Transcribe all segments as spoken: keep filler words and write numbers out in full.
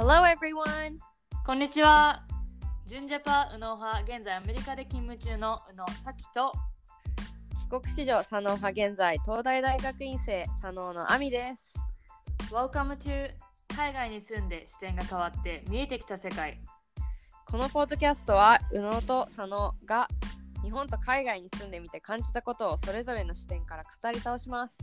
Hello everyone! こんにちは。ジュンジャパ右脳派、現在アメリカで勤務中の宇野咲と帰国子女左脳派、現在東大大学院生左脳の亜美です。 Welcome to 海外に住んで視点が変わって見えてきた世界。 このポッドキャストは右脳と左脳が日本と海外に住んでみて感じたことをそれぞれの視点から語り倒します。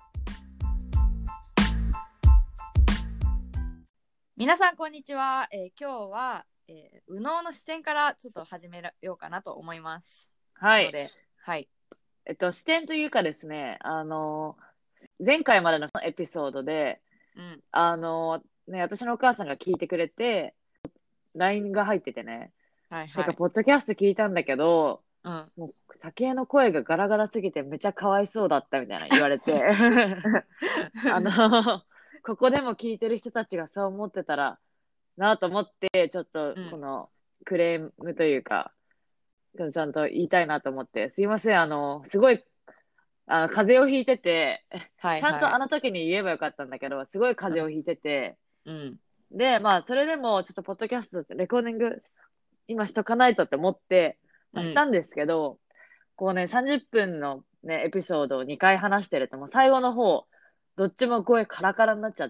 皆さんこんにちは、えー、今日は、えー、右脳の視点からちょっと始めようかなと思います。 はい。 ので、はい。 えっと、視点というかですね、あの、前回までのエピソードで、 うん、 あの、ね、私のお母さんが聞いてくれて、ライン が入っててね、 はいはい。 てか、ポッドキャスト聞いたんだけど、 うん、 もう、竹江の声がガラガラすぎてめちゃかわいそうだったみたいな言われて、あの、ここでも聞いてる人たちがそう思ってたらなと思って、ちょっとこのクレームというか、ちゃんと言いたいなと思って、すいません、あの、すごい、あの風邪をひいてて、 はいはい、 ちゃんとあの時に言えばよかったんだけど、すごい風邪をひいてて、 うん、 で、まあ、それでも、ちょっとポッドキャスト、レコーディング、今しとかないとって思って、まあ、したんですけど、うん、こうね、さんじゅっぷんのね、エピソードをにかい話してると、もう最後の方、どっちも声カラカラになっちゃって、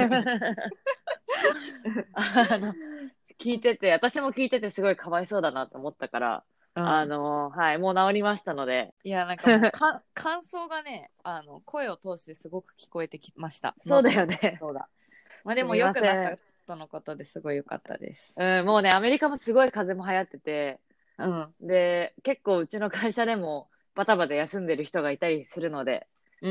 あの、聞いてて、私も聞いててすごいかわいそうだなと思ったから、うん、あの、はい、もう治りましたので。 いや、なんかもうか感想がね、あの、声を通してすごく聞こえてきました。 そうだよね。 そうだ。まあでも良くなったとのことですごい良かったです。 うん、もうね、アメリカもすごい風邪も流行ってて、 うん。 で、結構うちの会社でもバタバタ休んでる人がいたりするので、 うん。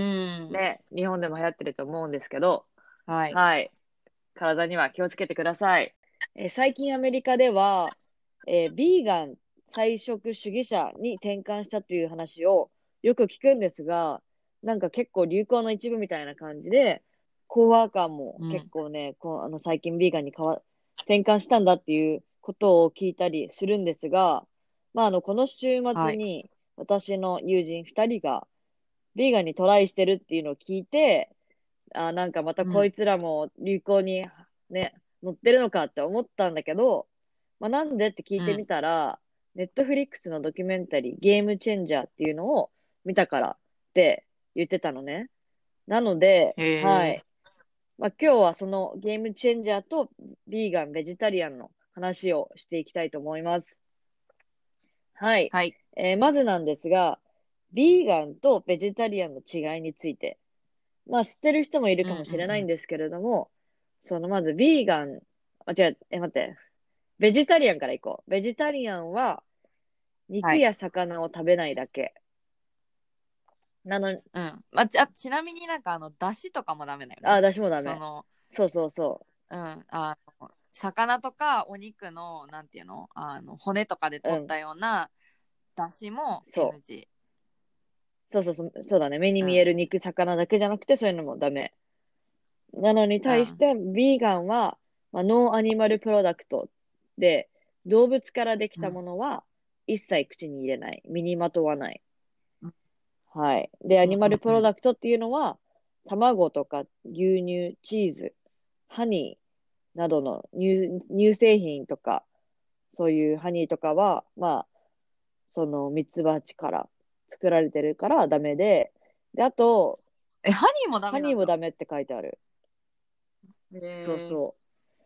ね、日本でも流行ってると思うんですけど、 はい。 はい。体には気をつけてください。えー、最近アメリカでは、えー、ビーガン菜食主義者に転換したという話をよく聞くんですが、なんか結構流行の一部みたいな感じで、コーワーカーも結構ね、うん、こうあの最近ビーガンに変わ転換したんだっていうことを聞いたりするんですが、まあ、あのこの週末に私の友人ふたりがビーガンにトライしてるっていうのを聞いて、あ、なんかまたこいつらも流行にね、うん、乗ってるのかって思ったんだけど、まあ、なんでって聞いてみたら、ネットフリックスのドキュメンタリー、ゲームチェンジャーっていうのを見たからって言ってたのね。なので、はい。まあ、今日はそのゲームチェンジャーとビーガン、ベジタリアンの話をしていきたいと思います。はい。はい、えー、まずなんですが、ビーガンとベジタリアンの違いについて。まあ知ってる人もいるかもしれないんですけれども、うんうんうん、そのまずビーガン、あ、違う、え、待って。ベジタリアンからいこう。ベジタリアンは肉や魚を食べないだけ。はい、なのに、 うん。まあ、ち, あちなみになんかあの、だしとかもダメだよね。 あ、だしもダメ。 その、 そうそうそう。 うん。あの、魚とかお肉の、なんていうの、あの、骨とかで取ったような、だしも エヌジー。 そうそうそう、そうだね。目に見える肉、うん、魚だけじゃなくて、そういうのもダメ。なのに対して、ビーガンは、まあ、ノーアニマルプロダクトで、動物からできたものは一切口に入れない。身にまとわない。うん、はい。で、アニマルプロダクトっていうのは、卵とか牛乳、チーズ、ハニーなどの 乳, 乳製品とか、そういうハニーとかは、まあ、そのミツバチから作られてるからダメで、で、あと、 え、ハニーもダメなんだ。 ハニーもダメって書いてある。そうそう。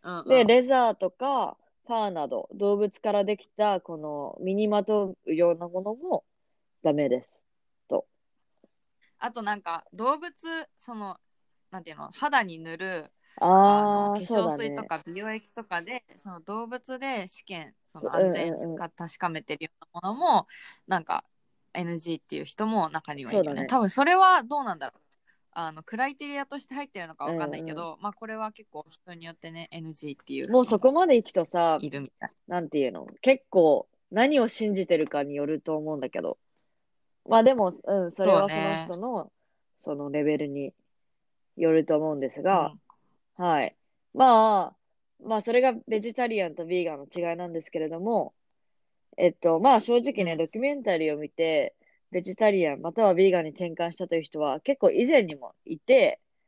うんうん、 で、レザーとか、ファーなど、動物からできた、この身にまとうようなものもダメです。と。 あとなんか、動物、その、なんていうの、肌に塗る、 ああの化粧水とか美容液とかで、ね、その動物で試験、その安全が確かめてるようなものも、うんうんうん、なんか エヌジー っていう人も中にはいるよね。ね、多分それはどうなんだろう。あのクライテリアとして入ってるのかわかんないけど、うんうん、まあこれは結構人によってね エヌジー っていうもうそこまで行くとさ、 いるみたい。 なんていうの、結構何を信じてるかによると思うんだけど、まあでも、うん、それはその人のそのレベルによると思うんですが、うん、はい。まあ、まあそれがベジタリアンとビーガンの違いなんですけれども、えっと、まあ正直ね、うん、ドキュメンタリーを見て、ベジタリアンまたはビーガンに転換したという人は結構以前にもいて、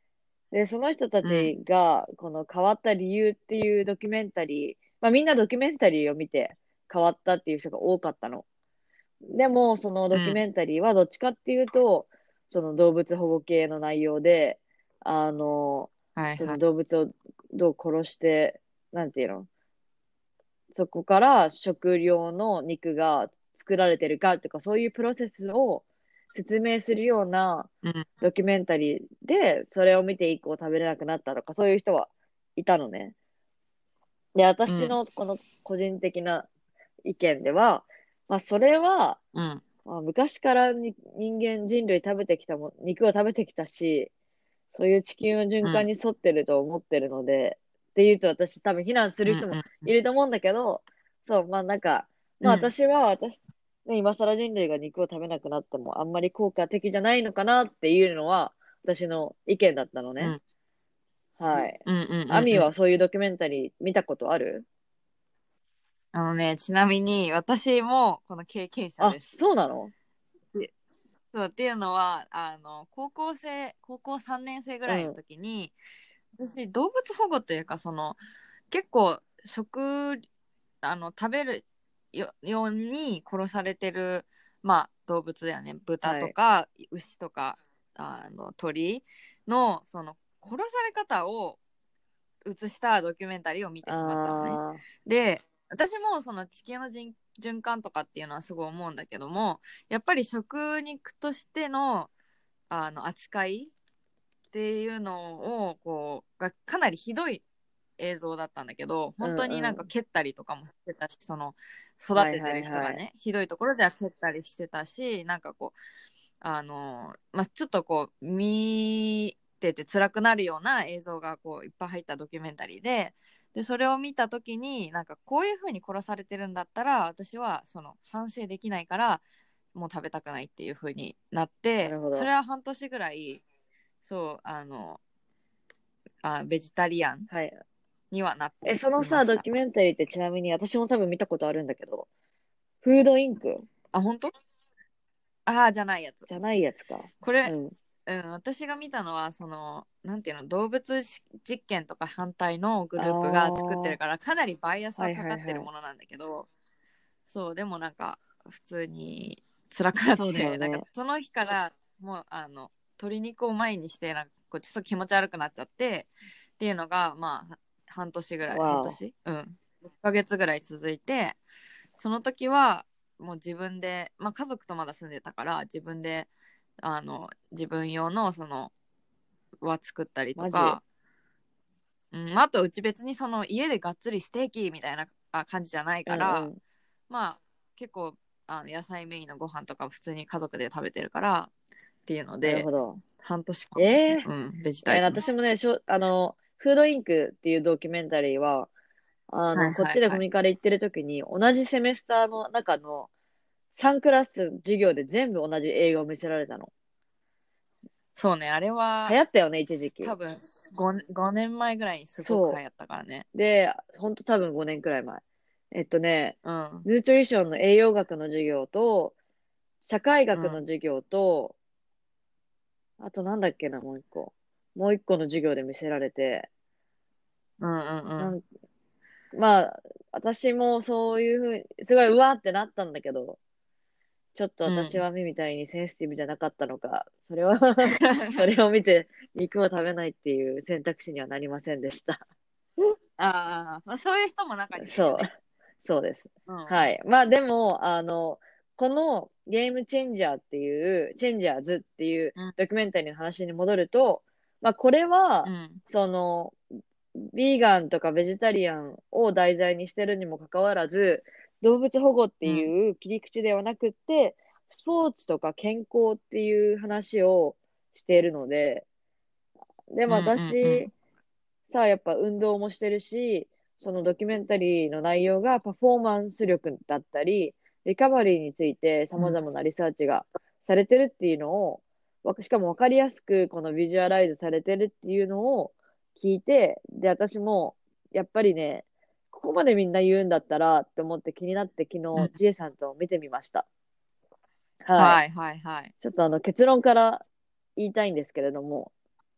で、その人たうんちが、この変わった理由っていうドキュメンタリー、まあみんなドキュメンタリーを見て変わったっていう人が多かったの。でも、そのドキュメうんンタリーはどっちかっていうと、その動物保護系の内容で、あの、そのはいはい。 動物をどう殺して、なんていうの、そこから食料の肉が作られてるかとか、そういうプロセスを説明するようなうんドキュメンタリーで、それを見て以降食べれなくなったとか、そういう人はいたのね。で、私うんのこの個人的な意見では、まあ、それは、 うんまあ、昔からに人間、人類食べてきたも、肉を食べてきたし、そういう地球の循環うんに沿ってると思ってるので、って言うと私多分非難する人もうんうんいると思うんだけど、そう、まあなんか、まあうん私は私、ね、今更人類が肉を食べなくなってもあんまり効果的じゃないのかなっていうのは私の意見だったのね。 うんはい。 うんうんアミーはうん。 そういうドキュメンタリー見たことある？ あのね、ちなみに私もこの経験者あ、 です。 そうなの？ でそうっていうのはあの高校生高校さんねん生ぐらいのうん。 時に私動物保護というかその結構食あの食べるよように殺されてる、まあ、動物だよね。豚はい。 とか牛とかあの鳥のその殺され方を映したドキュメンタリーを見てしまったのね。 あで、私もその地球の循循環とかっていうのはすごい思うんだけども、やっぱり食肉としてのあの扱いっていうのをこうがかなりひどい映像だったんだけど、 ー、う本当になんかんうん。 蹴ったりとかもしてたし、その育はいててるはいはい。 人がね、ひどいところでは蹴ったりしてたし、なんかこう、あの、まあ、ちょっとこう、見てて辛くなるような映像がこういっぱい入ったドキュメンタリーで、で、それを見たときに、なんかこういう風に殺されてるんだったら、私はその賛成できないから、もう食べたくないっていう風になって、 なるほど。 それは半年ぐらい、そう、あの、あ、ベジタリアンはい。 にはなっえ、 てそのさ、 いました。 ドキュメンタリーってちなみに私も多分見たことあるんだけど、フードインクあ、本当？ああ、じゃないやつ。 じゃないやつか。 これ、 うん。 うん、私が見たのは、その、なんていうの、動物実験とか反対のグあループが作ってあ、 るから、かなりバイアスはいはかかはいはい。 ってるものなんだけど、そう、でもなんか、普通に辛くなっそうだよて、なんか、 ね。 その日から、もう、あの、鶏肉を前にして、なんか、こうちょっと気持ち悪くなっちゃって、っていうのが、まあ、半年ぐらい、半わお。 年うん。いっかげつぐらい続いて、その時は、もう自分で、まあ家族とまだ住んでたから、自分で、あの、自分用の、その、は作ったりとマジ？ か、うん、あとうち別にその家でがっつりステーキみたいなあ感じじゃないうから、 んうん。 まあ結構あの野菜メインのご飯とか普通に家族で食べてるからっていうので、 なるほど。 半年間ね、 ええうん、ベジー、いや、 タリアン。 私もね、しょ、あの、フードインクっていうドキュメンタリーは、あの、 はいこっはいはい。 ちでコミカル行ってる時に、同じセメスターの中のさんクラス授業で全部同じ映画を見せられたの。 そうね、あれは流行ったよね、一時期。 多分 ご, ごねんまえぐらいにすごく流そ行ったからね。 う。で、ほんと多分ごねんくらい前。えっとね、 うん。 ヌートリションの栄養学の授業と、社会うん。 学の授業と、あとなんだっけな、もう一個。もう一個の授業で見せられて、 うんうんうん。 なん、まあ、私もそういうふうに、すごいうわーってなったんだけど、ちょっとうん。 私は目みたいにセンシティブじゃなかったのか、それはそれを見て肉を食べないっていう選択肢にはなりませんでした。 ああ、まあ、そういう人も中にはいるよそう、 ね。 そうです。 うん。 はい。まあでも、あの、このゲームチェンジャーっていう、チェンジャーズっていううん。 ドキュメンタリーの話に戻ると、まあこれは、 うん。 その、ビーガンとかベジタリアンを題材にしてるにもかかわらず、動物保護ってうん。 いう切り口ではなくって、スポーツとか健康っていう話をしているので、でもうんうんう私、 ん。 さあやっぱ運動もしてるし、そのドキュメンタリーの内容がパフォーマンス力だったり、リカバリーについて様うん 々なリサーチがされてるっていうのを、わしかもわかりやすくこのビジュアライズされてるっていうのを聞いて、で、私もやっぱりね、ここまでみんな言うんだったらって思って気になって昨日、 うん。 ジエさんと見てみました。はい。 はいはいはい。 ちょっとあの結論から言いたいんですけれども、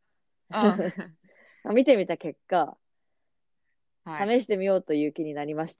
うん見てみた結果、 はい、 試してみようという気になりました。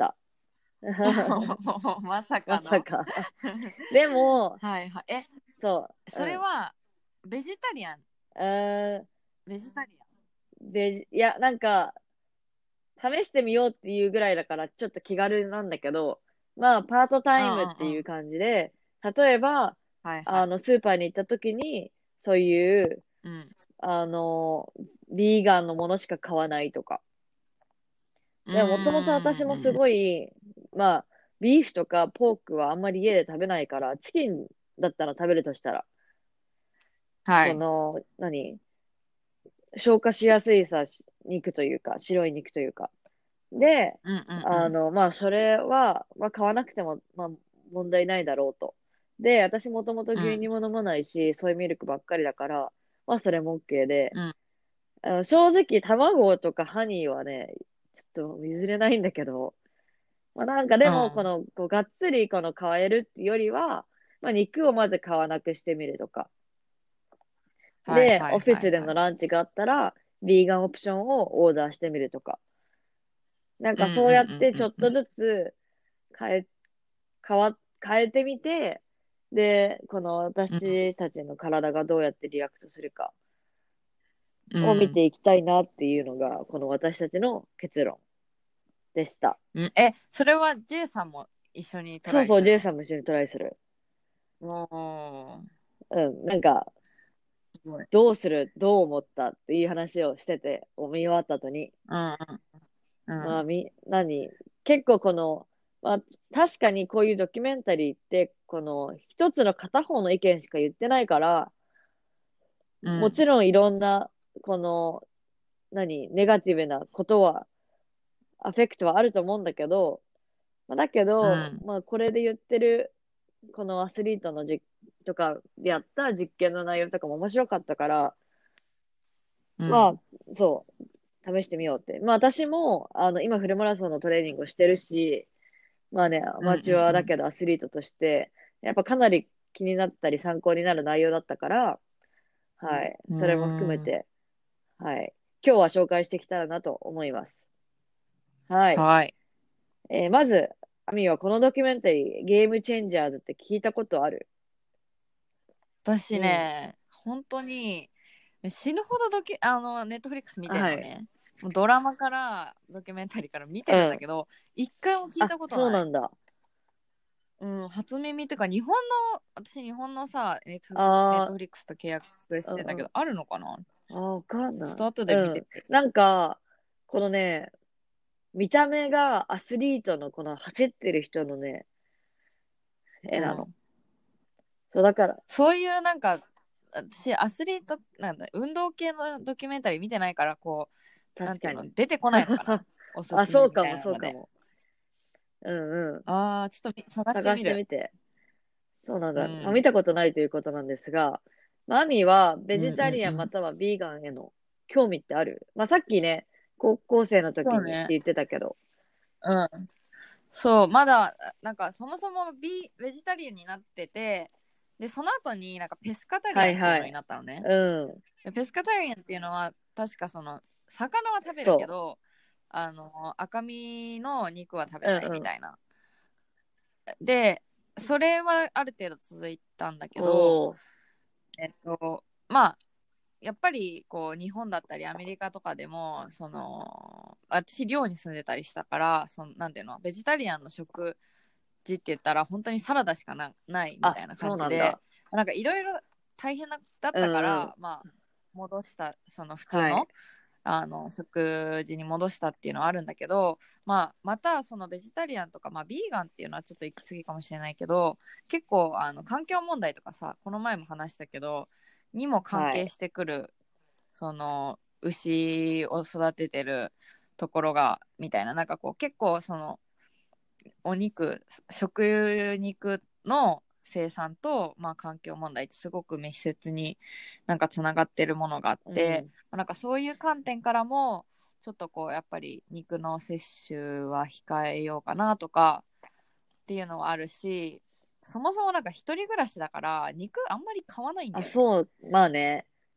まさかのまさか。でも、 はいはい。え、 そう、うん。 それはベジタリアン、 うーん、 ベジタリで、いや、なんか、試してみようっていうぐらいだから、ちょっと気軽なんだけど、まあ、パートタイムアン。 っていううんうんうん。 感じで、例えば、 はいはい。 あの、スーパーに行った時に、そういう、 うん。 あの、ビーガンのものしか買わないとか。 うーでも、もともと私もすん。 ごい、まあ、ビーフとかポークはあんまり家で食べないから、チキンだったら食べるとしたら、こはい。 の、何消化しやすいさ、肉というか、白い肉というか。で、 うんうんうん。 あの、まあ、それは、まあ、買わなくても、まあ、問題ないだろうと。で、私もともと牛乳うんも飲まないし、ソイミルクばっかりだから、まあ、それも OK で、 うん。 あの正直、卵とかハニーはね、ちょっと譲れないんだけど、まあ、なんかでも、こうんの、こう、がっつりこの買えるっていうよりは、まあ、肉をまず買わなくしてみるとか。で、 はいはいオフィスではいはい。 のランチがあったら、ビーガンオプションをオーダーしてみるとか。なんうんうんかそうやってうんうん。 ちょっとずつ変え、変わ、変えてみて、で、このうん私たちの体がどうやってリアクトするかを見うん。 ていきたいなっていうのが、この私たちの結論でした。 うん。え、それは J さんも一緒にトそうそう、 ライする J の？ さんも一緒にトライする。 おー、 うん、なんか、 すごい。 どうするどう思ったっていう話をしてて、見終わった後に。 うんうん。うまあ、 ん。 み、何結構この、まあ、確かにこういうドキュメンタリーって、この一つの片方の意見しか言ってないから、 うん。 もちろんいろんな、この、何、ネガティブなことは、アフェクトはあると思うんだけど、まあ、だけど、 うん。 まあ、これで言ってる、このアスリートのじとかでやった実験の内容とかも面白かったから、まあ、 うん。 そう、試してみようって。まあ、私も、あの、今フルマラソンのトレーニングをしてるし、まあね、アうんマチュアうん。 だけどアスリートとして、やっぱかなり気になったり参考になる内容だったから、はい、 うそれも含めん。 て、はい、今日は紹介してきたらなと思います。はい。 はい。 えーまず、アミはこのドキュメンタリー、ゲームチェンジャーズって聞いたことある？う私ん。 ね、本当に死ぬほどドキュ、あの、ネットフリックス見てんはい。 のね。もうドラマからドキュメンタリーから見てうん。 るんだけど、一回も聞いあ、 たことない。 そうなんだ。 うん、初耳っていうか、日本の、私日本のさ、ネット、ネットあフリックスと契約しー、うんうん。 てんだけど、あるのかな？ あー、わかんない。 ちょっと後で見うん。 てみる。 なんか、このね、見た目がアスリートのこの走ってる人のね、絵なの。 うん。 そう、だから、 そういうなんか、私アスリート、なんだ、運動系のドキュメンタリー見てないから、こう、なんていうの、 確かに。 出てこないのかな？おすあ、 すめみそうかも、 たいなので。 そうかも。うんうん。 あー、ちょっと探して探みる。 してみて。そうなんだ。まあ、見うん。 たことないということなんですが、マミはベうんジタリアンまうんうん。 たはビーガンへの興味ってある？まあ、さっきね、高校生の時そうね。 にって言ってたけど。 うん。そう、まだ、なんかそもそもビベジタリアンになってて、で、その後になんかペスカタリアンっていうのにはいはい。 なったのね。 うん。 でペスカタリアンっていうのは、確かその、魚は食べるけそど、あの、赤身の肉は食べう。うないんうん。 みたいな。で、それはある程度続いたんだけど、 おー。 えっと、まあ、やっぱりこう日本だったりアメリカとかでもその私寮に住んでたりしたからそのなんていうのベジタリアンの食事って言ったら本当にサラダしかな、ないみあ、 たいな感じでそうなんだ。 なんかいろいろ大変だっうたかんうん。 らまあ戻したその普通はい。 のあの食事に戻したっていうのはあるんだけど、まあ、またそのベジタリアンとか、まあ、ビーガンっていうのはちょっと行き過ぎかもしれないけど結構あの環境問題とかさこの前も話したけどにも関はい。 係してくるその牛を育ててるところがみたいななんかこう結構そのお肉食肉の生産と、まあ、環境問題ってすごく密接になんかつながってるものがあって、 うん。 まあなんかそういう観点からもちょっとこうやっぱり肉の摂取は控えようかなとかっていうのはあるしそもそもなんか一人暮らしだから肉あんまり買わないんだあ、 よね。 そう。まあね。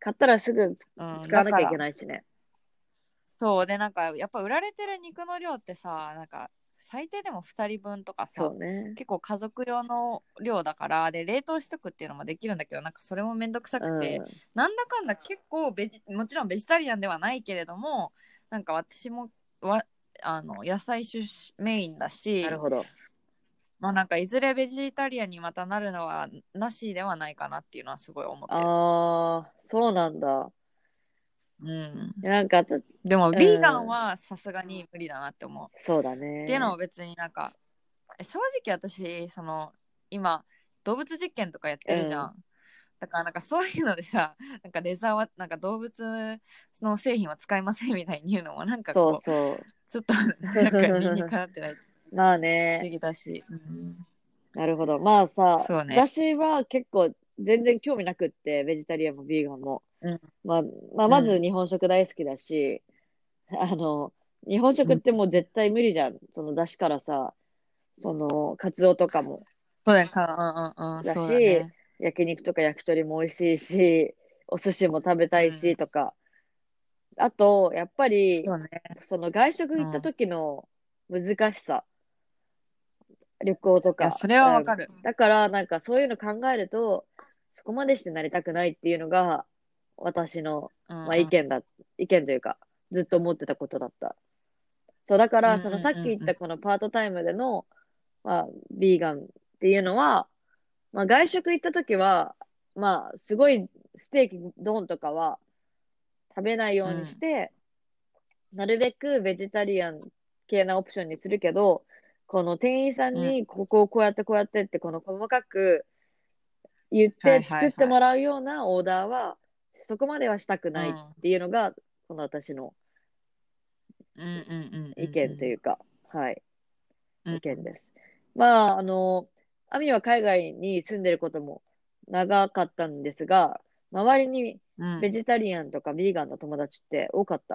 買ったらすぐうん、 使わなきゃいけだからないしね。 そうで、なんかやっぱ売られてる肉の量ってさ、なんか最低でもふたりぶんとかさ、 そうね。 結構家族用の量だから、で冷凍しとくっていうのもできるんだけど、なんかそれもめんどくさうくて、 ん。 なんだかんだ結構ベジもちろんベジタリアンではないけれども、なんか私もわあの野菜主メインだし、 なるほど。 まあなんかいずれベジタリアンにまたなるのはなしではないかなっていうのはすごい思ってる。 ああ、そうなんだ。 うん。 なんかた、 でも、 うビーガンん。 はさすがに無理だなって思う。 そうだっていうのね。 も別になんか、正直私、その、今、動物実験とかやってるじゃうん。 ん。だからなんかそういうのでさ、なんかレザーは、なんか動物の製品は使いませんみたいに言うのもなんかそうこう、 そちょっとなんか理にかなってない。 う。まあ不思ね。 議だし。うん、 なるほど。まあさ、 そうね。 私は結構全然興味なくって、ベジタリアンもビーガンも。 うん。 まあ、まあ、まずうん。 日本食大好きだし、あの、日本うん、 食ってもう絶対無理じゃん。その出汁からさ、その、カツオとかもそうだね。かうんうんうん。 だそうだし、 ね。 焼肉とか焼き鳥も美味しいし、お寿司も食べたいうん。 しとか。あと、やっぱり、 そうね。 その外食行ったうん。 時の難しさ、旅行といや、 か。 それはうん。 わかる。 だから、なんかそういうの考えると、そこまでしてなりたくないっていうのが、私の、まあ、意うんうん。 見だ、意見というか、ずっと思ってたことだった。そう、だから、 うんうんそのさっき言っうんうん。 たこのパートタイムでの、まあ、ビーガンっていうのは、まあ、外食行った時は、まあ、すごいステーキドンとかは食べないようにしうん。 て、なるべくベジタリアン系なオプションにするけど、この店員さんうん。 にここをこうやってこうやってってこの細かく言っはいて作っはいはい。 てもらうようなオーダーはそこまではしたくないっうん。 ていうのがこの私のうんうんうんう意んうん。 見というか、はい、 うん。 意見です。まあ、あの、アミは海外に住んでることも長かったんですが、周りにうん。 ベジタリアンとかビーガンの友達って多かった？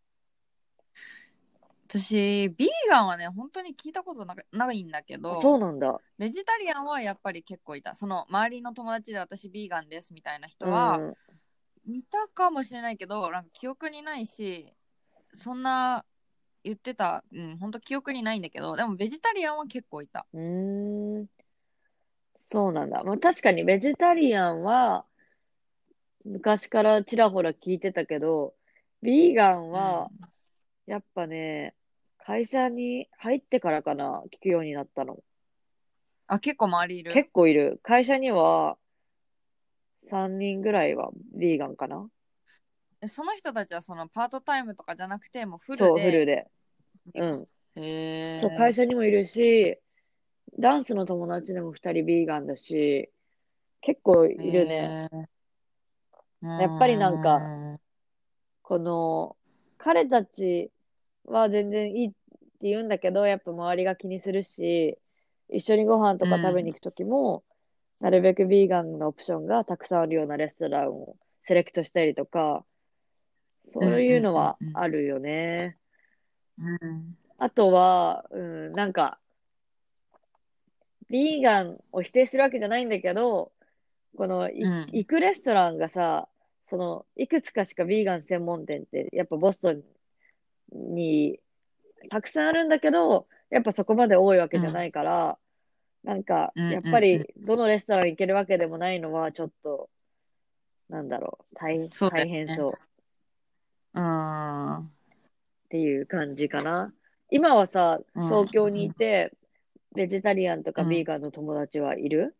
私、ビーガンはね、本当に聞いたことなくないんだけあ、そうど、 なんだ。 ベジタリアンはやっぱり結構いた。その周りの友達で私ビーガンですみたいなう人はん。 いたかもしれないけど、なんか記憶にないし、そんな言ってた、うん、本当記憶にないんだけど、でもベジタリアンは結構いた。 うーん。そうなんだ。まあ、確かにベジタリアンは昔からちらほら聞いてたけど、ビーガンうん。 はやっぱね、会社に入ってからかな、聞くようになったの。 あ、結構周りいる？ 結構いる。会社にはさんにんぐらいはビーガンかな。 えその人たちはそのパートタイムとかじゃなくて、もうフルそう、フルで。 で。うん。 へそう、会え。 社にもいるし、ダンスの友達でもふたりビーガンだし、結構いへるね。 え。うーやっぱりなんか、 ん。 この、彼たちは全然いいって言うんだけど、やっぱ周りが気にするし、一緒にご飯とか食べにうん。 行くときも、なるべくビーガンのオプションがたくさんあるようなレストランをセレクトしたりとか、そううんうんいうのはうんうん。 あるよね。 うん。 あとは、うん、なんか、ビーガンを否定するわけじゃないんだけど、この、い、 うん。 行くレストランがさ、その、いくつかしかビーガン専門店って、やっぱボストンにたくさんあるんだけど、やっぱそこまで多いわけうん。 じゃないから、なんか、 うんやっうんうん。 ぱり、どのレストラン行けるわけでもないのは、ちょっと、なんだろう、大、 そうだ大よね。 変そううーん。うん。 っていう感じかな。今はさ、東京にいて、ベジタリアンとかビーうん。 ガンの友達はいる？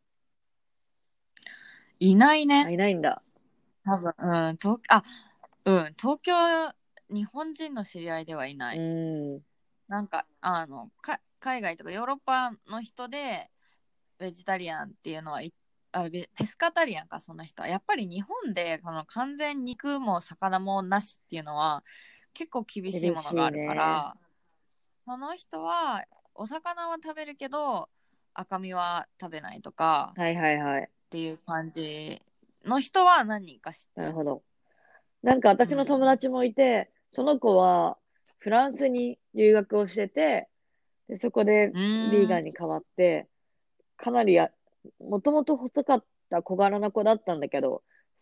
いないあ、 ね。 いないんだ。 多分、うん。東、あ、うん。東京、日本人の知り合いではいなうい。 ーん。 なんか、あの、か、海外とかヨーロッパの人で、ベジタリアンっていうのはいあベペスカタリアンかその人はやっぱり日本でこの完全肉も魚もなしっていうのは結構厳しい厳しいものがあるかね。 ら、その人はお魚は食べるけど赤身は食べないとかはいはいはい。 っていう感じの人は何人か知ってる。 なるほど。なんか私の友うん達もいて、その子はフランスに留学をしてて、で、そこでうビーーんガンに変わって、かなりや、もともと細かった小柄な子だったんだけど、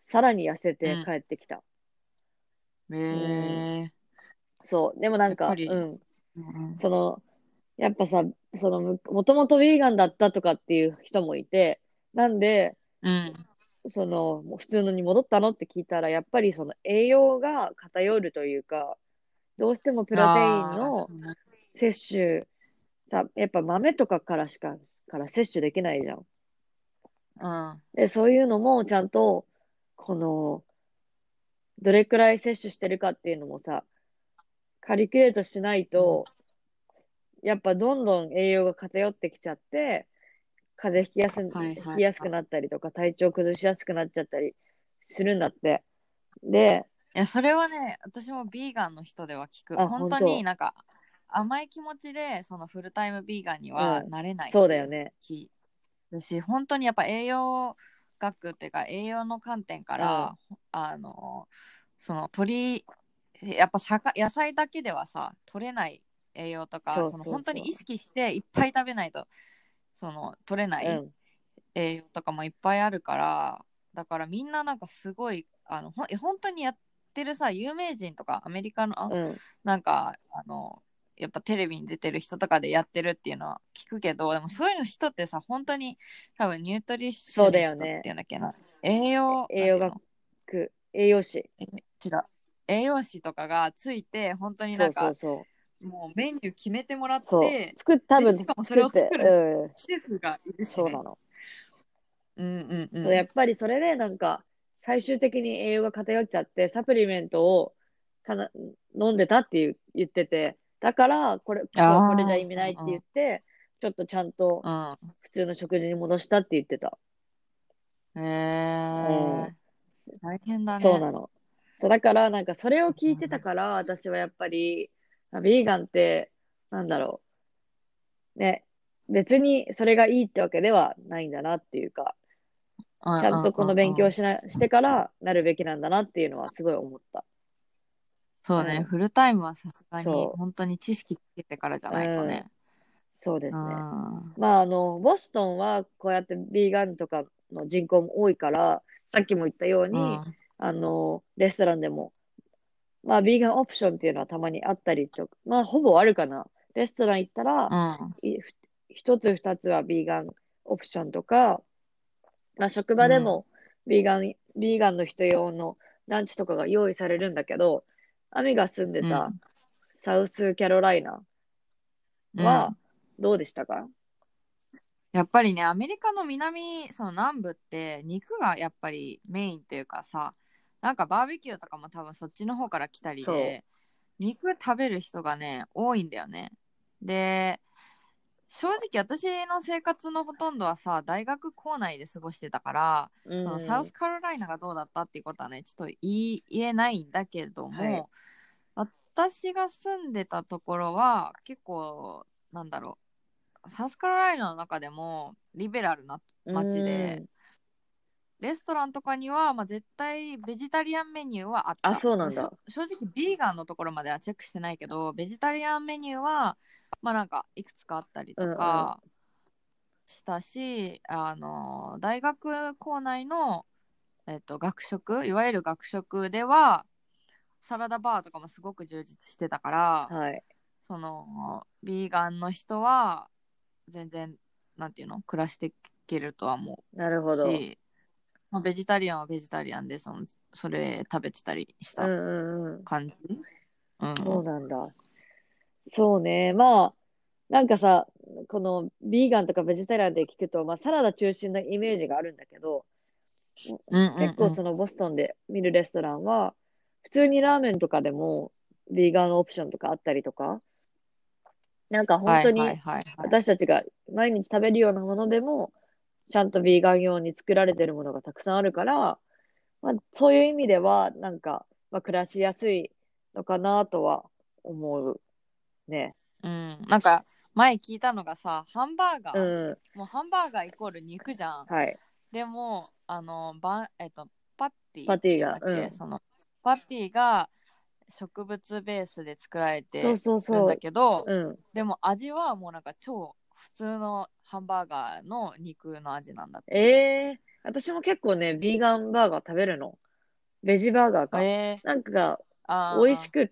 さらに痩せて帰ってきた。 うん、へえ。 そう。でもなんか、 やっぱり、 うん。 うん、 その、やっぱさ、その、むもともとヴィーガンだったとかっていう人もいて、なんで、 うん、 その、もう普通のに戻ったのって聞いたら、やっぱりその栄養が偏るというか、どうしてもプロテインあの摂取、さ、やっぱ豆とかからしか、から摂取できないじゃん。 あ、 で、そういうのもちゃんと、この、どれくらい摂取してるかっていうのもさ、カリキュレートしないうん、 と、やっぱどんどん栄養が偏ってきちゃって、風邪ひきやす、 はいはい。 ひきやすくなったりとか、体調崩しやすくなっちゃったりするんだって。で、 いや、それはね、私もビーガンの人では聞く。 あ、 本当に本当。 なんか、甘い気持ちで、そのフルタイムビーガンにうん。 はなれないっていうそうだよね。 聞くし、本当にやっぱ栄養学っていうか、栄養の観点かうん。 ら、あの、その鳥、やっぱさか野菜だけではさ、取れない栄養とか、 そうそのそうそ本当に意識していっぱい食べないと、その取れなう。ういん。 栄養とかもいっぱいあるから、だからみんななんかすごい、あの、ほ本当にやってるさ、有名人とかアメリカの、 うん。 なんか、あの、やっぱテレビに出てる人とかでやってるっていうのは聞くけど、でもそういうの人ってさ、本当に多分ニュートリシそうだョニストってよね。 いうんだっけな。栄養、 栄養学、 なんていうの栄養士。 え、違う。栄養士とかがついて、本当にそうそうなんか、 そう。 もうメニュー決めてもらっそう。 て、 作っ、多で、 分しかもそれ作って、 を作るうん。 シェフがいるしね。 そうなの。 うんうんうそう、やん。 っぱりそれでなんか、最終的に栄養が偏っちゃって、サプリメントをたな飲んでたっていう言ってて、だから、これ、これ、これじゃ意あ味ないって言っあ、 て、ちょっとちゃんとうんうん。 普通の食事に戻したって言ってた。 へうん。 え、大変だね。 そうなの。そう、だから、なんかそれを聞いてたから、私はやっぱり、あビーガンって、なんだろう。ね。別にそれがいいってわけではないんだなっていうか、 うんうんちゃんとこの勉うんうん。 強しな、してからなるべきなんだなっていうのはすごい思った。 そうね、 うん。 フルタイムはさすがに、 そ本当に知識つけてからじゃう。うん。 ないとね。 そうでうすね。 ん。 まあ、あの、ボストンはこうやってビーガンとかの人口も多いから、さっきも言ったように、 うん。 あの、レストランでも、まあ、ビーガンオプションっていうのはたまにあったりとか、まあ、ほぼあるかな。レストラン行ったら、 うん。 いふ一つ二つはビーガンオプションとか、まあ、職うん。 場でもビーガン、ビーガンの人用のランチとかが用意されるんだけど、アミが住んでたうん。 サウスキャロライナはうん。 どうでしたか？ やっぱりね、アメリカの南、その南部って肉がやっぱりメインというかさ、なんかバーベキューとかも多分そっちの方から来たりそで、肉食べる人がね、多いんだよね。で、正直私の生活のほとんどはさ、大学校内で過ごしてたから、 う。 そのサウうん。 スカロライナがどうだったっていうことはね、ちょっと言い言えないんだけどはい。 も、私が住んでたところは結構、なんだろう、サウスカロライナの中でもリベラルなう街で、 ーん。 レストランとかには、まあ、絶対ベジタリアンメニューはあっあ、 た。まあ、しょそうなんだ。 正直ビーガンのところまではチェックしてないけど、ベジタリアンメニューは、まあなんかいくつかあったりとうんうん。 かしたし、あの、大学校内の、えっと、学食、いわゆる学食では、サラダバーとかもすごく充実してたから、 はい。 その、ビーガンの人は、全然、なんていうの、暮らしていけるとは思なるうほど。 し、まあ、ベジタリアンはベジタリアンでそのそれ食べてたりしたうんうんうん。 感じ。うん。 そうなんだ。そうね。まあ、なんかさ、このビーガンとかベジタリアンで聞くと、まあサラダ中心のイメージがあるんだけど、 うんうんうん。 結構そのボストンで見るレストランは、普通にラーメンとかでもビーガンオプションとかあったりとか、なんか本はいはい当にはいはい。 私たちが毎日食べるようなものでも、ちゃんとビーガン用に作られてるものがたくさんあるから、まあ、そういう意味では、なんか、まあ、暮らしやすいのかなとは思うね。 うん。なんか前聞いたのがさ、ハンバーうガん。 ーもうハンバーガーイコール肉じゃん。 はい。 でも、あの、ばえっと、パッティっていうんパティが、 だっけ、 うん。 その、パティが植物ベースで作られてそうそうるんだそけど、 う。うん。 でも味はもうなんか超普通のハンバーガーの肉の味なんだって。 ええ私も結構ね、ビーガンバーガー食べるの。ベジバーガーか。 えー、 なんか、 ああ、 美味しくって、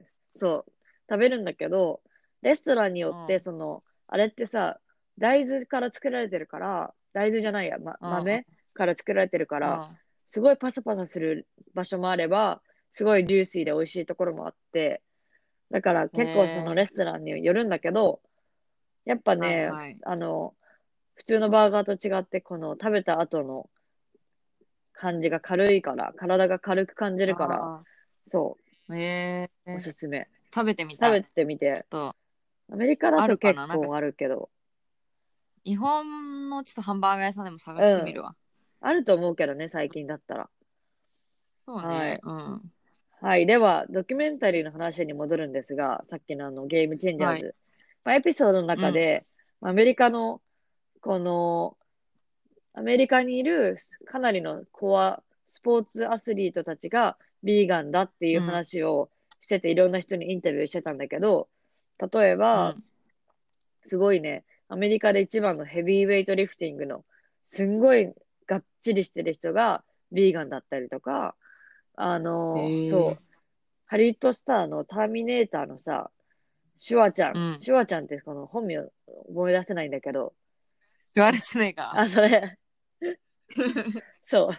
そう、食べるんだけど、レストランによって、 うん、 その、あれってさ、大豆から作られてるから、大豆じゃないや、ま、 うん、うん、 豆から作られてるから、 うん。 すごいパサパサする場所もあれば、すごいジューシーで美味しいところもあって、だから結構そのレえストランによるんだけど、やっぱー、はいね、 はい。 あの、普通のバーガーと違って、この食べた後の感じが軽いから、体が軽く感じるから、 あそあ、えう、おー、 すすめ。 食べてみ食べたい。 てみて。 ちょっと、 アメリカだあとるかななんか、 結構あるけど、 日本のちょっとハンバーガー屋さんでも探うん。 してみるわ。 あると思うけどね、最近だったら。 そうね、 はい。 うん。 はい。では、ドキュメンタリーの話に戻るんですが、さっきのあのゲームチェンジャーはい。 ズ。まあ、エピソードのうん、 中で、アメリカの、この、アメリカにいるかなりのコアスポーツアスリートたちがビーガンだっていううん、 話をしてて、いろんな人にインタビューしてたんだけど、例えば、 うん。 すごいね、アメリカで一番のヘビーウェイトリフティングの、すんごいがっちりしてる人がビーガンだったりとか、あえの、 ー、 そう、ハリウッドスターのターミネーターのさ、シュワちゃん、 うん。 シュワちゃんってこの本名思い出せないんだけど、 シュワルツェネッガあ、それ、そう、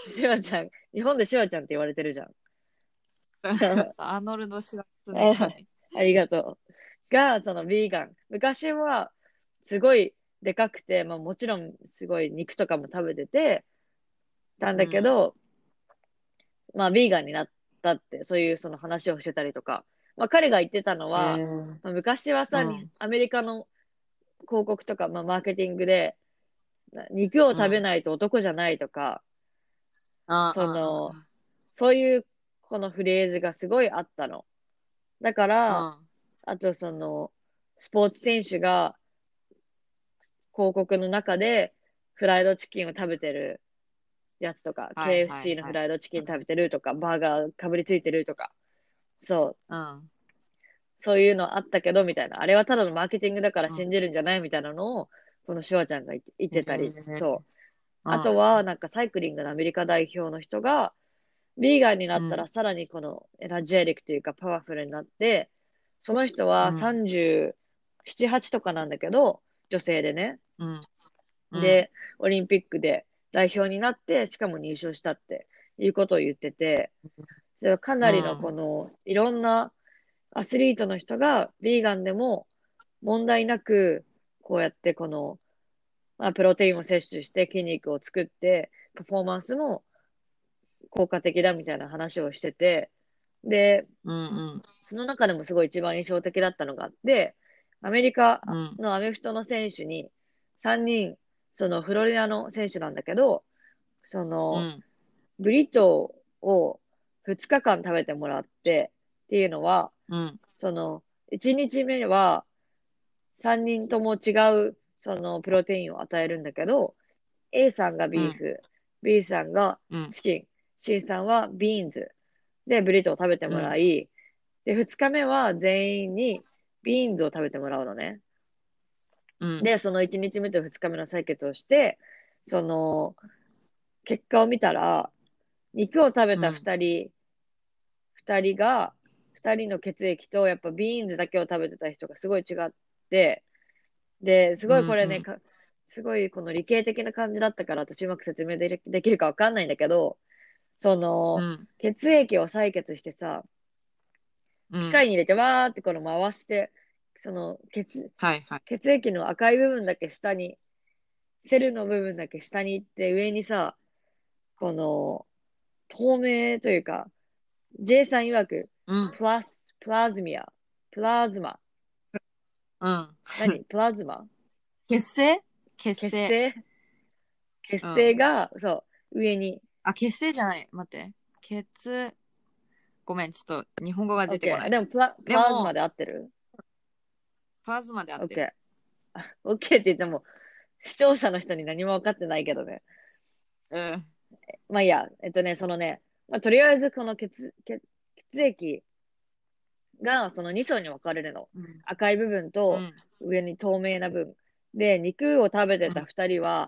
シュワちゃん、日本でシュワちゃんって言われてるじゃん。 ー。そうアーノルド・シュワルツェネッガーあね。 ありがとう。が、そのビーガン。昔は、すごいでかくて、まあもちろんすごい肉とかも食べてて、たんだけうん。 ど、まあビーガンになったって、そういうその話をしてたりとか。まあ彼が言ってたのえは、 ー、 まあ、昔はさ、にうん、 アメリカの広告とか、まあマーケティングで、な肉を食べうん。 ないと男じゃないとか、 あその、 あ、 そういうこのフレーズがすごいあったの。だから、 ああとその、スポーツ選手が広告の中でフライドチキンを食べてるやつとか、 あ、はいはいケーエフシー のフはい。 ライドチキン食べてるとか、バーガーかぶりついてるとか、そう、 うん。 そういうのあったけど、みたいな。あれはただのマーケティングだからうん。 信じるんじゃないみたいなのを、このシュワちゃんが言って言っえてたり、 ー、 そう。 うん。 あとは、なんかサイクリングのアメリカ代表の人が、ビーガンになったらうん。 さらにこのエナジェリックというかパワフルになって、その人はうん。 さんじゅうなな、はちとかなんだけど、女性でね。 うん。うん。 で、オリンピックで代表になって、しかも入賞したっていうことを言ってて、でかなりのこうん。 の、いろんなアスリートの人が、ビーガンでも問題なく、こうやってこの、まあ、プロテインを摂取して筋肉を作って、パフォーマンスも効果的だみたいな話をしてて、で、 うん。 その中でもすごい一番印象的だったのがあって、アメリカうん。 のアメフトの選手にさんにん、そのフロリダの選手なんだけど、その、 うん。 ブリトーをふつかかん食べてもらってっていうのは、 うん。 その、いちにちめはさんにんとも違う、その、プロテインを与えるんだけど、A さんがうん。 ビーフ、B さんがうん。 チキン、C さんはビーンズでブリトーを食べてもらい、で、ふつかめは全員にビーンズを食べてもらうのね。 うん。 で、そのいちにちめとふつかめの採血をして、その、結果を見たら、肉を食べたうん。 ふたり、ふたりが、ふたりの血液と、やっぱビーンズだけを食べてた人がすごい違って、で、すうごいこれね、 ん。 かすごいこの理系的な感じだったから、私うまく説明できできるかわかんないんだけど、その、 うん。 血液を採血してさ、 うん。 機械に入れてわーってこの回して、その血、 はいはい。 血液の赤い部分だけ下に、セルの部分だけ下に行って上にさ、この透明というか、J さん曰く、 うん。 プラス、プラズミア、プラズマ、 うん。 何プラズマ血清血清。 血清血うん。 清が、そう、上に、 あ、血清じゃない。待って。血、ごめん、ちょっと日本語が出てこ OK。 ない。 でもプラ、プでも、 ラズマで合ってるプラズマで合ってる。 ?OK。OK って言っても、視聴者の人に何も分かってないけどね。 うん。 まあいいや、えっとね、そのね、まあ、とりあえずこの血、血、血液がそのに層に分かれるの。 うん。 赤い部分とうん。 上に透明な部分。で、肉を食べてたうん。 ふたりは、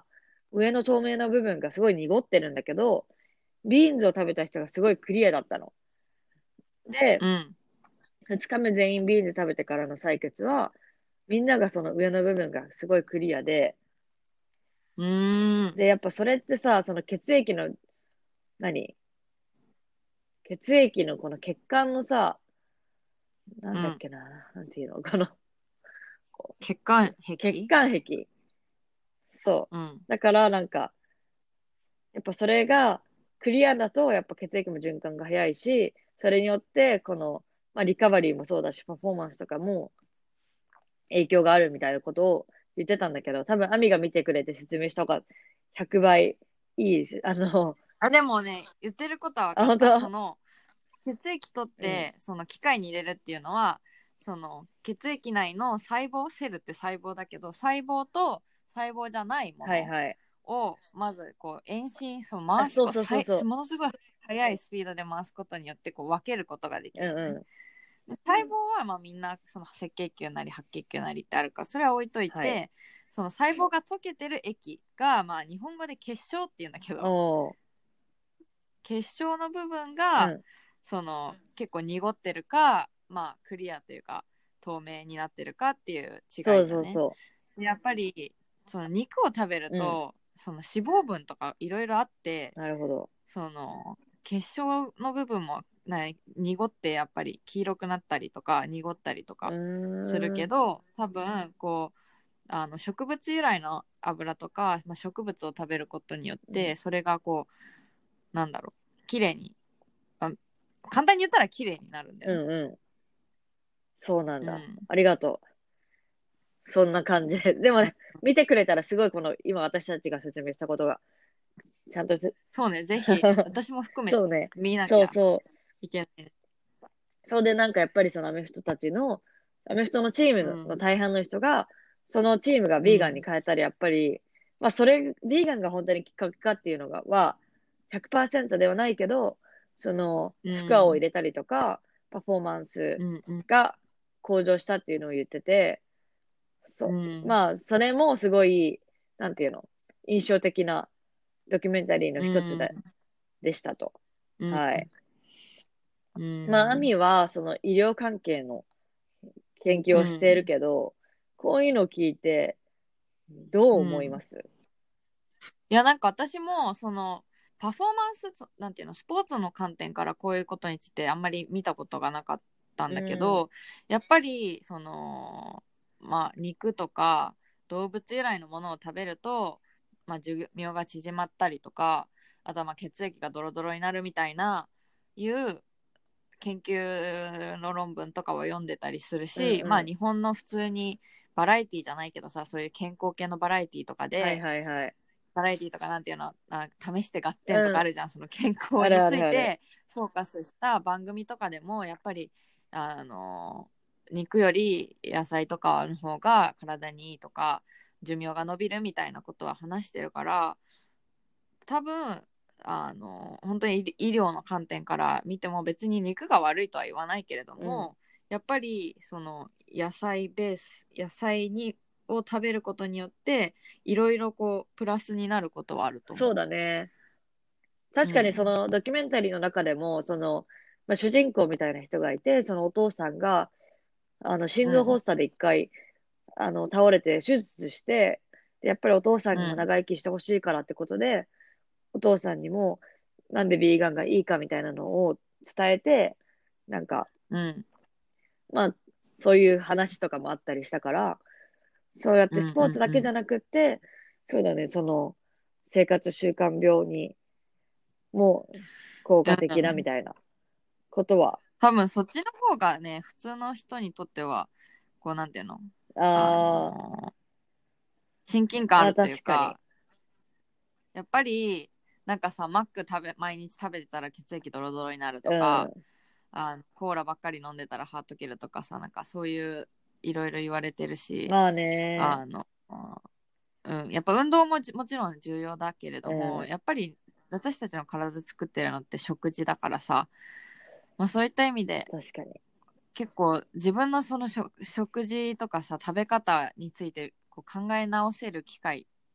上の透明な部分がすごい濁ってるんだけど、ビーンズを食べた人がすごいクリアだったの。で、 うん。 ふつかめ全員ビーンズ食べてからの採血は、みんながその上の部分がすごいクリアで、 うーん。 で、やっぱそれってさ、その血液の、何血液のこの血管のさ、なんだっけな、なんていうの、この、 血管血壁。 管壁。そう。 うん。 だからなんか、やっぱそれがクリアだと、やっぱ血液も循環が早いし、それによって、この、まあ、リカバリーもそうだし、パフォーマンスとかも影響があるみたいなことを言ってたんだけど、多分、アミが見てくれて説明した方がひゃくばいいいです。あの、 あ、でもね、言ってることはあ、 分かった。 本当。 その、血液取っうん。 て、その機械に入れるっていうのは、その血液内の細胞、セルって細胞だけど、細胞と細胞じゃないものはいはい。 をまずこう遠心、そうあ、 回すこそうそうそうそさいものすごい速いスピードで回すことによってこう分けることができう。うるのね。 んうん。 で細胞はまあみんなその赤血球なり白血球なりってあるから、それは置いといはい。 て、その細胞が溶けてる液が、まあ日本語で結晶っていうんだけど、 おー。 結晶の部分がうん。 その結構濁ってるか、まあクリアというか透明になってるかっていう違そういよね。 そうそやっぱりその肉を食べるう。うん。 とその脂肪分とかいろいろあって、 なるほど。 その結晶の部分もな濁ってやっぱり黄色くなったりとか濁ったりとうかするーん。 けど、多分こうあの植物由来の油とか、まあ、植物を食べることによっうん。 てそれがこうなんだろう綺麗に、まあ、簡単に言ったら綺麗になるんだよね。 うんうん。そうなんだ。 うん。 ありがとう。そんな感じで。でもね、見てくれたらすごいこの、今私たちが説明したことが、ちゃんとず、 そうね、ぜひ私も含めてそうね。 見なきゃそうそう。 いけない。 そうで、なんかやっぱりそのアメフトたちの、アメフトのチームのうん。 大半の人が、そのチームがビーガンにうん。 変えたら、やっぱり、まあそれ、ビーガンが本当にきっかけかっていうのが、は、ひゃくパーセントではないけど、その、 うスコアを入ん。 れたりとか、パフォーマンスうん。うん。 が向上したっていうのを言ってて、 うそう。 ん。 まあ、それもすごい、なんていうの、印象的なドキュメンタリーのう一つで、 ん。 でしたと。 うん。 はい。 うまあ、アん。 ミは、その医療関係の研究うをしているん。 けど、こういうのを聞いて、どううん。 思います？ いや、なんか私も、その、パフォーマンス、なんていうの、スポーツの観点からこういうことについてあんまり見たことがなかったんうだけん。 ど、やっぱり、その、まあ、肉とか動物由来のものを食べると、まあ、寿命が縮まったりとか、あとはまあ血液がドロドロになるみたいな、いう研究の論文とかは読んでたりするうんし、まあ、 う日本の普通にバラエティじゃないけどさ、そういう健康系のバラエティとかん。はいで、 はいはい。 バラエティとかなんていうの、あ試して合点とうん。 かあるじゃん、その健康あるにあるある。 ついてフォーカスした番組とかでもやっぱりあの肉より野菜とかの方が体にいいとか寿命が伸びるみたいなことは話してるから、多分あの本当に医療の観点から見ても別に肉が悪いとは言わないけれどうん。 も、やっぱりその野菜ベース野菜にを食べることによっていろいろこうプラスになることはあると思そうだね。 う。 確かにそうんのドキュメンタリーの中でも、その、まあ、主人公みたいな人がいて、そのお父さんが、あの、心うん臓発作で一回、あの、倒れて手術して、でやっぱりお父さんにもうん長生きしてほしいからってことで、お父さんにも、なんでビーガンがいいかみたいなのを伝えて、なんか、 うんまあ、そういう話とかもあったりしたから、そうやっうんてスポーツだうんうんけじゃなくって、そうだね、その、生活習慣病にも効果的だみうんたいなことは、 多分そっちの方がね普通の人にとってはこうなんていうの、ああー、 の親近感ああー、 るという確かに。 か、やっぱりなんかさマック食べ毎日食べてたら血液ドロドロになるうとか、 ん。 あコーラばっかり飲んでたらハート切るとかさ、なんかそういういろいろ言われてるし、 まあね、 あの、うん、やっぱ運動ももちろん重要だけれうども、 ん。 やっぱり私たちの体作ってるのって食事だからさ、まあ、そういった意味で確かに。 結構自分のその食食事とかさ食べ方についてこう考え直せる機会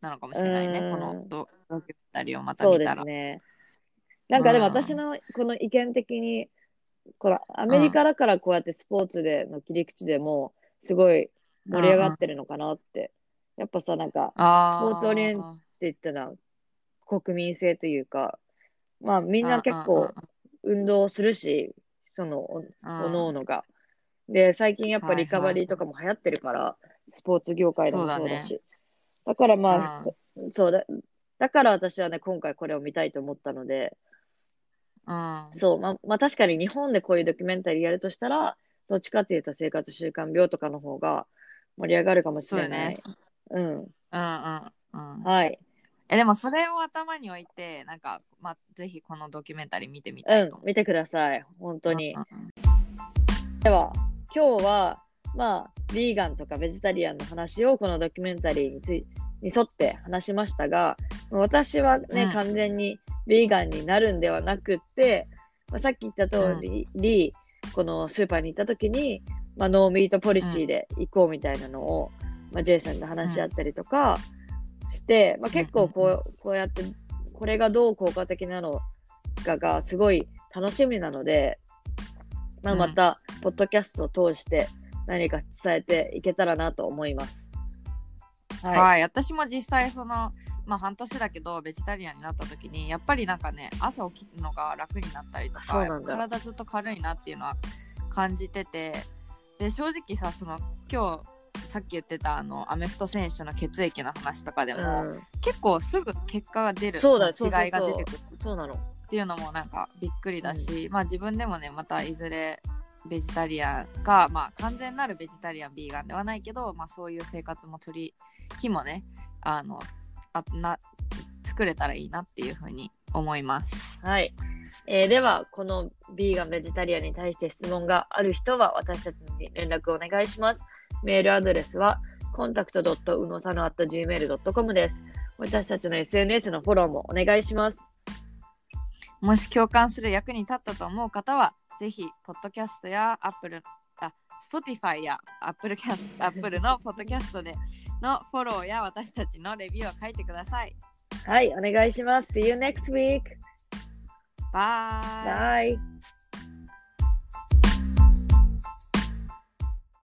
なのかもしれないね、このドキュメンタリーをまたそう見たら。 ですね。なんかでも私のこの意見的に、これアメリカだからこうやってスポーツでの切り口でもすごい盛り上がってるのかなって。やっぱさ、なんかスポーツオリエンテッドな国民性というか、まあみんな結構運動するし、そのおのおのが。で、最近やっぱリカバリーとかも流行ってるから、スポーツ業界でもそうだし。だからまあ、そうだ、だから私はね、今回これを見たいと思ったので、 うん、 そう、まあ、まあ確かに日本でこういうドキュメンタリーやるとしたら、どっちかっていうと生活習慣病とかの方が盛り上がるかもしれない。 そうね。 うん。うんうんうんうん。 はい。 え、でもそれを頭に置いて、なんか、まあ、ぜひこのドキュメンタリー見てみたいと思う。 うん、見てください。本当に。 うんうんうん、 では、今日は、まあ、ビーガンとかベジタリアンの話をこのドキュメンタリーについに沿って話しましたが、私はね、うん、完全にビーガンになるんではなくって、まあ、さっき言った通り、うん、このスーパーに行った時に、まあ、ノーミートポリシーで行こうみたいなのを、まあ、ジェイさんと話し合ったりとかして、うん、まあ、結構こう、こうやってこれがどう効果的なのかがすごい楽しみなので、まあ、またポッドキャストを通して何か伝えていけたらなと思います。 はい、はい、私も実際そのまあ半年だけどベジタリアンになった時にやっぱりなんかね、朝起きるのが楽になったりとか、体ずっと軽いなっていうのは感じてて、で正直さ、その今日さっき言ってたあのアメフト選手の血液の話とかでも、うん、結構すぐ結果が出る、 そうだ、 違いが出てくる、 そうなのっていうのもなんかびっくりだし、うん、まあ自分でもね、またいずれベジタリアンか、まあ完全なるベジタリアンビーガンではないけど、まあそういう生活も取り日もね、あのあな作れたらいいなっていうふうに思います。 はい、えー、ではこのビーガンベジタリアンに対して質問がある人は私たちに連絡お願いします。メールアドレスは コンタクトドットウノサノアットジーメールドットコム です。私たちの エスエヌエス のフォローもお願いします。 もし共感する役に立ったと思う方はぜひポッドキャストやアップルあ Spotify やアップルキャストアップルのポッドキャストでのフォローや私たちのレビューを書いてください。 はい、お願いします。See you next week. Bye. Bye.